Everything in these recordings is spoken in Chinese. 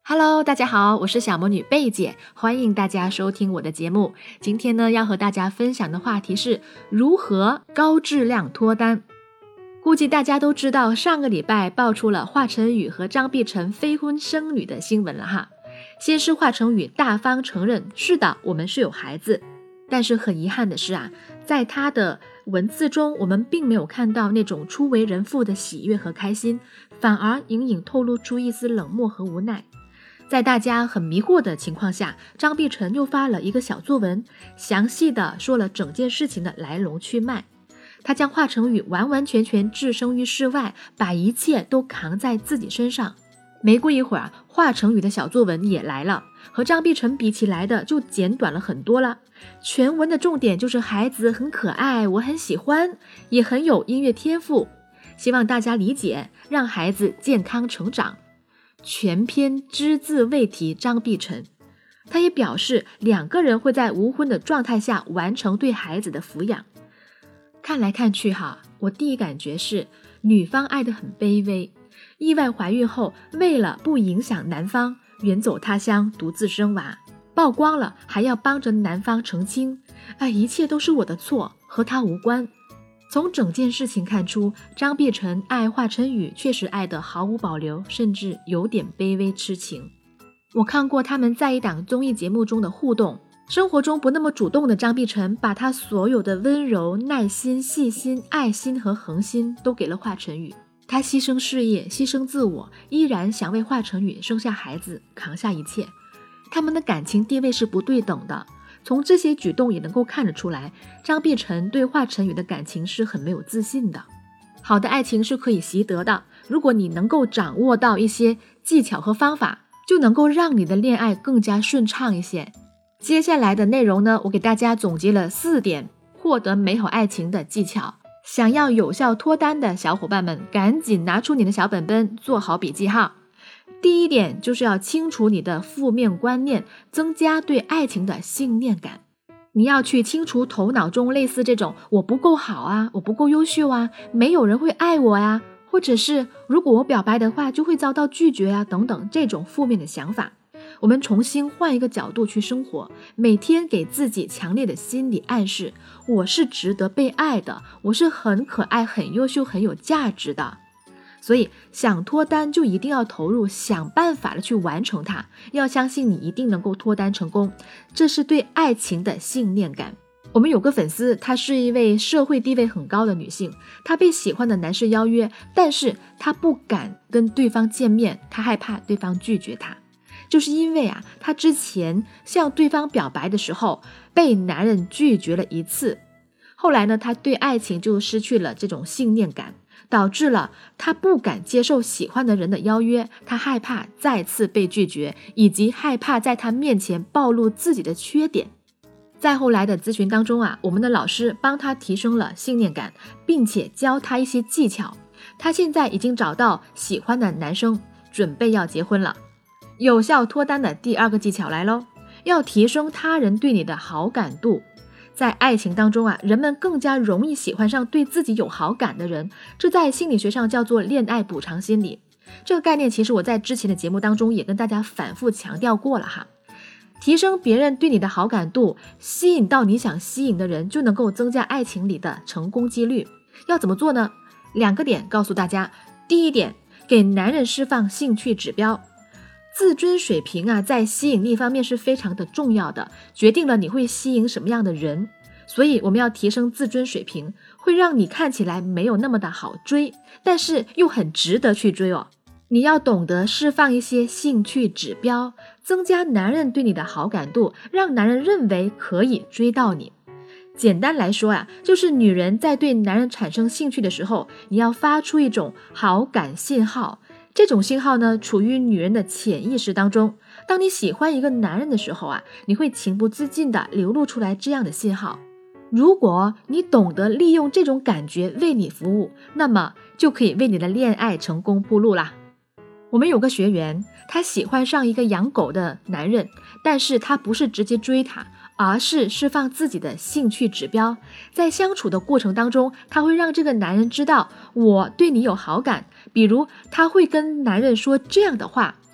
Hello， 大家好，我是小魔女贝姐，欢迎大家收听我的节目。今天呢，要和大家分享的话题是如何高质量脱单。估计大家都知道，上个礼拜爆出了华晨宇和张碧晨非婚生女的新闻了哈。先是华晨宇大方承认，是的，我们是有孩子。但是很遗憾的是在他的文字中，我们并没有看到那种初为人父的喜悦和开心，反而隐隐透露出一丝冷漠和无奈。在大家很迷惑的情况下，张碧晨又发了一个小作文，详细的说了整件事情的来龙去脉。他将华晨宇完完全全置身于事外，把一切都扛在自己身上。没过一会儿，华晨宇的小作文也来了，和张碧晨比起来的就简短了很多了。全文的重点就是孩子很可爱，我很喜欢，也很有音乐天赋，希望大家理解，让孩子健康成长。全篇只字未提张碧晨。他也表示两个人会在无婚的状态下完成对孩子的抚养。看来看去我第一感觉是女方爱得很卑微，意外怀孕后为了不影响男方，远走他乡独自生娃，曝光了还要帮着男方澄清，一切都是我的错，和他无关。从整件事情看出，张碧晨爱华晨宇确实爱得毫无保留，甚至有点卑微痴情。我看过他们在一档综艺节目中的互动，生活中不那么主动的张碧晨，把他所有的温柔、耐心、细心、爱心和恒心都给了华晨宇。他牺牲事业，牺牲自我，依然想为华晨宇生下孩子，扛下一切。他们的感情地位是不对等的。从这些举动也能够看得出来，张碧晨对华晨宇的感情是很没有自信的。好的爱情是可以习得的，如果你能够掌握到一些技巧和方法，就能够让你的恋爱更加顺畅一些。接下来的内容呢，我给大家总结了4点获得美好爱情的技巧。想要有效脱单的小伙伴们，赶紧拿出你的小本本，做好笔记哈。第一点就是要清除你的负面观念，增加对爱情的信念感。你要去清除头脑中类似这种我不够好我不够优秀没有人会爱我或者是如果我表白的话就会遭到拒绝等等这种负面的想法。我们重新换一个角度去生活，每天给自己强烈的心理暗示，我是值得被爱的，我是很可爱、很优秀、很有价值的。所以想脱单就一定要投入，想办法的去完成它，要相信你一定能够脱单成功，这是对爱情的信念感。我们有个粉丝，她是一位社会地位很高的女性，她被喜欢的男士邀约，但是她不敢跟对方见面，她害怕对方拒绝她，就是因为她之前向对方表白的时候被男人拒绝了一次，后来呢，她对爱情就失去了这种信念感，导致了他不敢接受喜欢的人的邀约，他害怕再次被拒绝，以及害怕在他面前暴露自己的缺点。在后来的咨询当中我们的老师帮他提升了信念感，并且教他一些技巧。他现在已经找到喜欢的男生，准备要结婚了。有效脱单的第2个技巧来咯，要提升他人对你的好感度。在爱情当中人们更加容易喜欢上对自己有好感的人，这在心理学上叫做恋爱补偿心理。这个概念其实我在之前的节目当中也跟大家反复强调过了哈。提升别人对你的好感度，吸引到你想吸引的人，就能够增加爱情里的成功几率。要怎么做呢？2个点告诉大家。第一点，给男人释放兴趣指标。自尊水平在吸引力方面是非常的重要的，决定了你会吸引什么样的人。所以我们要提升自尊水平，会让你看起来没有那么的好追，但是又很值得去追你要懂得释放一些兴趣指标，增加男人对你的好感度，让男人认为可以追到你。简单来说就是女人在对男人产生兴趣的时候，你要发出一种好感信号。这种信号呢，处于女人的潜意识当中。当你喜欢一个男人的时候你会情不自禁地流露出来这样的信号。如果你懂得利用这种感觉为你服务，那么就可以为你的恋爱成功铺路啦。我们有个学员，他喜欢上一个养狗的男人，但是他不是直接追他，而是释放自己的兴趣指标。在相处的过程当中，他会让这个男人知道我对你有好感，比如他会跟男人说这样的话，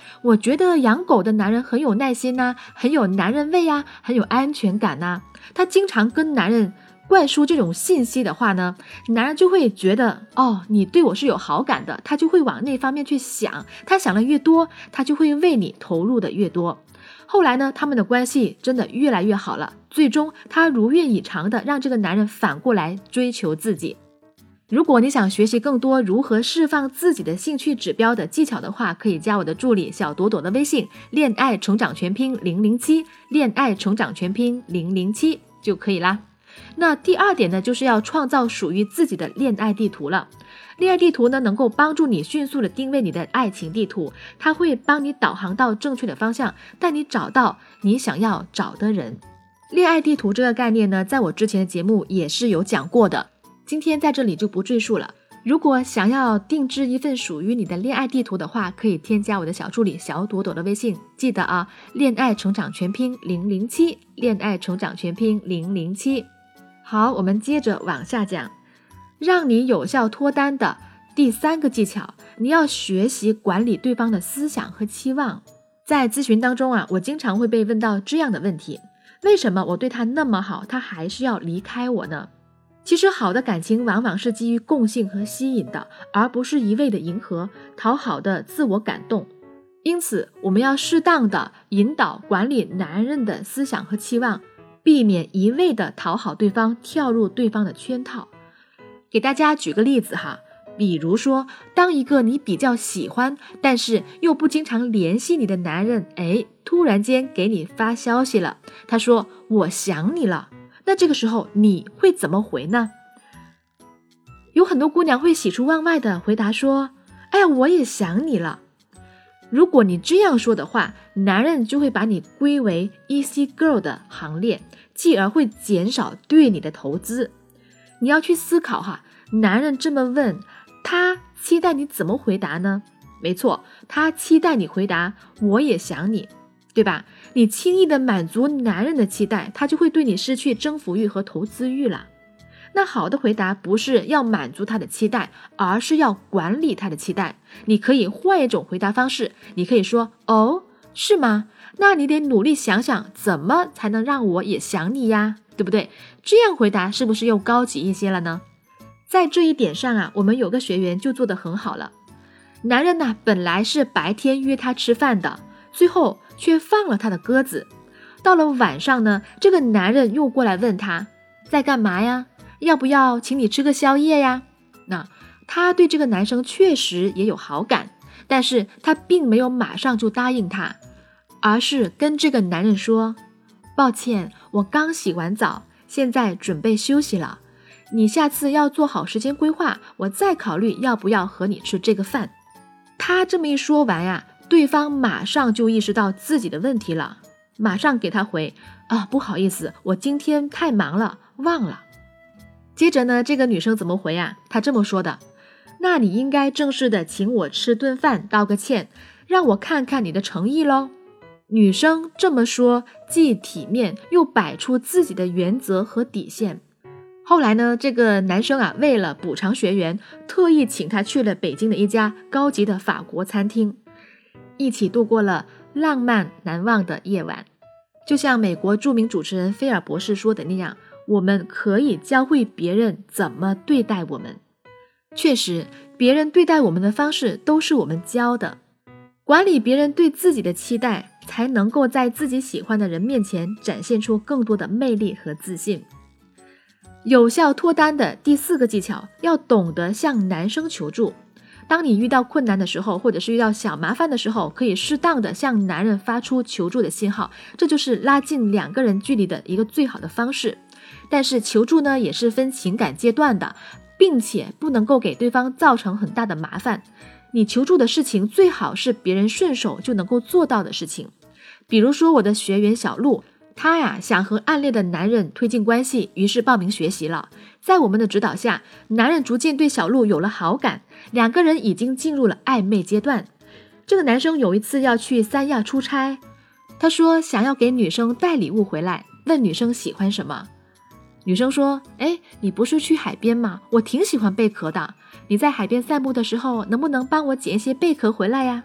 我觉得养狗的男人很有耐心啊，很有男人味啊，很有安全感啊。他经常跟男人灌输这种信息的话呢，男人就会觉得你对我是有好感的，他就会往那方面去想，他想的越多，他就会为你投入的越多。后来呢，他们的关系真的越来越好了，最终他如愿以偿的让这个男人反过来追求自己。如果你想学习更多如何释放自己的兴趣指标的技巧的话，可以加我的助理小朵朵的微信，恋爱成长全拼007，恋爱成长全拼007就可以啦。那第二点呢，就是要创造属于自己的恋爱地图了。恋爱地图呢，能够帮助你迅速的定位你的爱情地图，它会帮你导航到正确的方向，带你找到你想要找的人。恋爱地图这个概念呢，在我之前的节目也是有讲过的，今天在这里就不赘述了。如果想要定制一份属于你的恋爱地图的话，可以添加我的小助理小朵朵的微信，记得啊，恋爱成长全拼007，恋爱成长全拼007。好，我们接着往下讲，让你有效脱单的第三个技巧，你要学习管理对方的思想和期望。在咨询当中啊，我经常会被问到这样的问题，为什么我对他那么好，他还是要离开我呢？其实好的感情往往是基于共性和吸引的，而不是一味的迎合、讨好的自我感动。因此，我们要适当的引导管理男人的思想和期望，避免一味的讨好对方，跳入对方的圈套。给大家举个例子哈，比如说，当一个你比较喜欢，但是又不经常联系你的男人，突然间给你发消息了，他说我想你了，那这个时候你会怎么回呢？有很多姑娘会喜出望外的回答说，哎呀，我也想你了。如果你这样说的话，男人就会把你归为 easy girl 的行列，继而会减少对你的投资。你要去思考哈，男人这么问，他期待你怎么回答呢？没错，他期待你回答我也想你，对吧？你轻易的满足男人的期待，他就会对你失去征服欲和投资欲了。那好的回答不是要满足他的期待，而是要管理他的期待。你可以换一种回答方式，你可以说，哦，是吗？那你得努力想想怎么才能让我也想你呀，对不对？这样回答是不是又高级一些了呢？在这一点上啊，我们有个学员就做得很好了。男人呢，本来是白天约他吃饭的，最后却放了他的鸽子。到了晚上呢，这个男人又过来问他，在干嘛呀？要不要请你吃个宵夜呀？那他对这个男生确实也有好感，但是他并没有马上就答应他，而是跟这个男人说，抱歉，我刚洗完澡，现在准备休息了，你下次要做好时间规划，我再考虑要不要和你吃这个饭。他这么一说完呀，对方马上就意识到自己的问题了，马上给他回，不好意思，我今天太忙了，忘了。接着呢，这个女生怎么回啊？她这么说的，那你应该正式的请我吃顿饭，道个歉，让我看看你的诚意咯。女生这么说，既体面又摆出自己的原则和底线。后来呢，这个男生啊，为了补偿学员，特意请他去了北京的一家高级的法国餐厅，一起度过了浪漫难忘的夜晚。就像美国著名主持人菲尔博士说的那样，我们可以教会别人怎么对待我们。确实，别人对待我们的方式都是我们教的。管理别人对自己的期待，才能够在自己喜欢的人面前展现出更多的魅力和自信。有效脱单的第四个技巧，要懂得向男生求助。当你遇到困难的时候，或者是遇到小麻烦的时候，可以适当的向男人发出求助的信号，这就是拉近两个人距离的一个最好的方式。但是求助呢，也是分情感阶段的，并且不能够给对方造成很大的麻烦。你求助的事情最好是别人顺手就能够做到的事情。比如说我的学员小鹿，她呀想和暗恋的男人推进关系，于是报名学习了。在我们的指导下，男人逐渐对小鹿有了好感，两个人已经进入了暧昧阶段。这个男生有一次要去三亚出差，他说想要给女生带礼物回来，问女生喜欢什么。女生说，你不是去海边吗？我挺喜欢贝壳的，你在海边散步的时候，能不能帮我捡一些贝壳回来呀？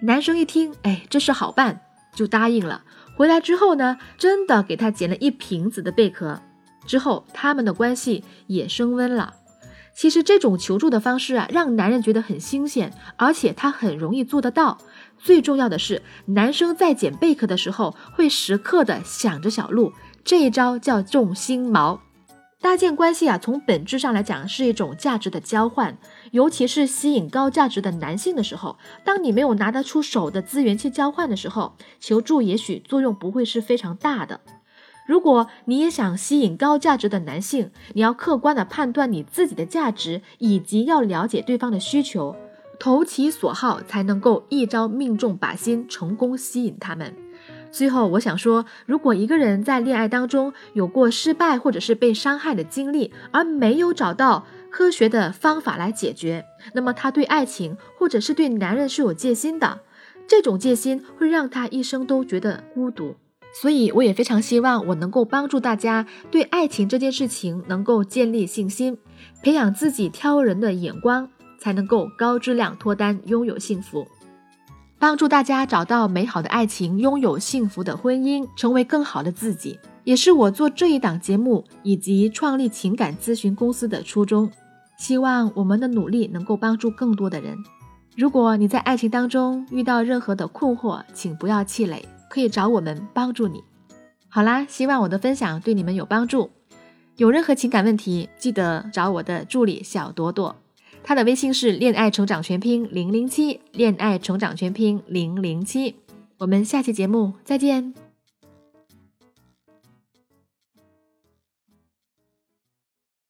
男生一听，这事好办，就答应了。回来之后呢，真的给他捡了一瓶子的贝壳，之后他们的关系也升温了。其实这种求助的方式让男人觉得很新鲜，而且他很容易做得到。最重要的是，男生在捡贝壳的时候会时刻的想着小鹿，这一招叫种心锚。搭建关系从本质上来讲是一种价值的交换，尤其是吸引高价值的男性的时候，当你没有拿得出手的资源去交换的时候，求助也许作用不会是非常大的。如果你也想吸引高价值的男性，你要客观地判断你自己的价值，以及要了解对方的需求，投其所好，才能够一招命中靶心，成功吸引他们。最后我想说，如果一个人在恋爱当中有过失败或者是被伤害的经历，而没有找到科学的方法来解决，那么他对爱情或者是对男人是有戒心的，这种戒心会让他一生都觉得孤独。所以我也非常希望我能够帮助大家对爱情这件事情能够建立信心，培养自己挑人的眼光，才能够高质量脱单，拥有幸福。帮助大家找到美好的爱情，拥有幸福的婚姻，成为更好的自己，也是我做这一档节目以及创立情感咨询公司的初衷。希望我们的努力能够帮助更多的人。如果你在爱情当中遇到任何的困惑，请不要气馁，可以找我们帮助你。好啦，希望我的分享对你们有帮助。有任何情感问题，记得找我的助理小朵朵，他的微信是恋爱成长全拼007，恋爱成长全拼007。我们下期节目再见。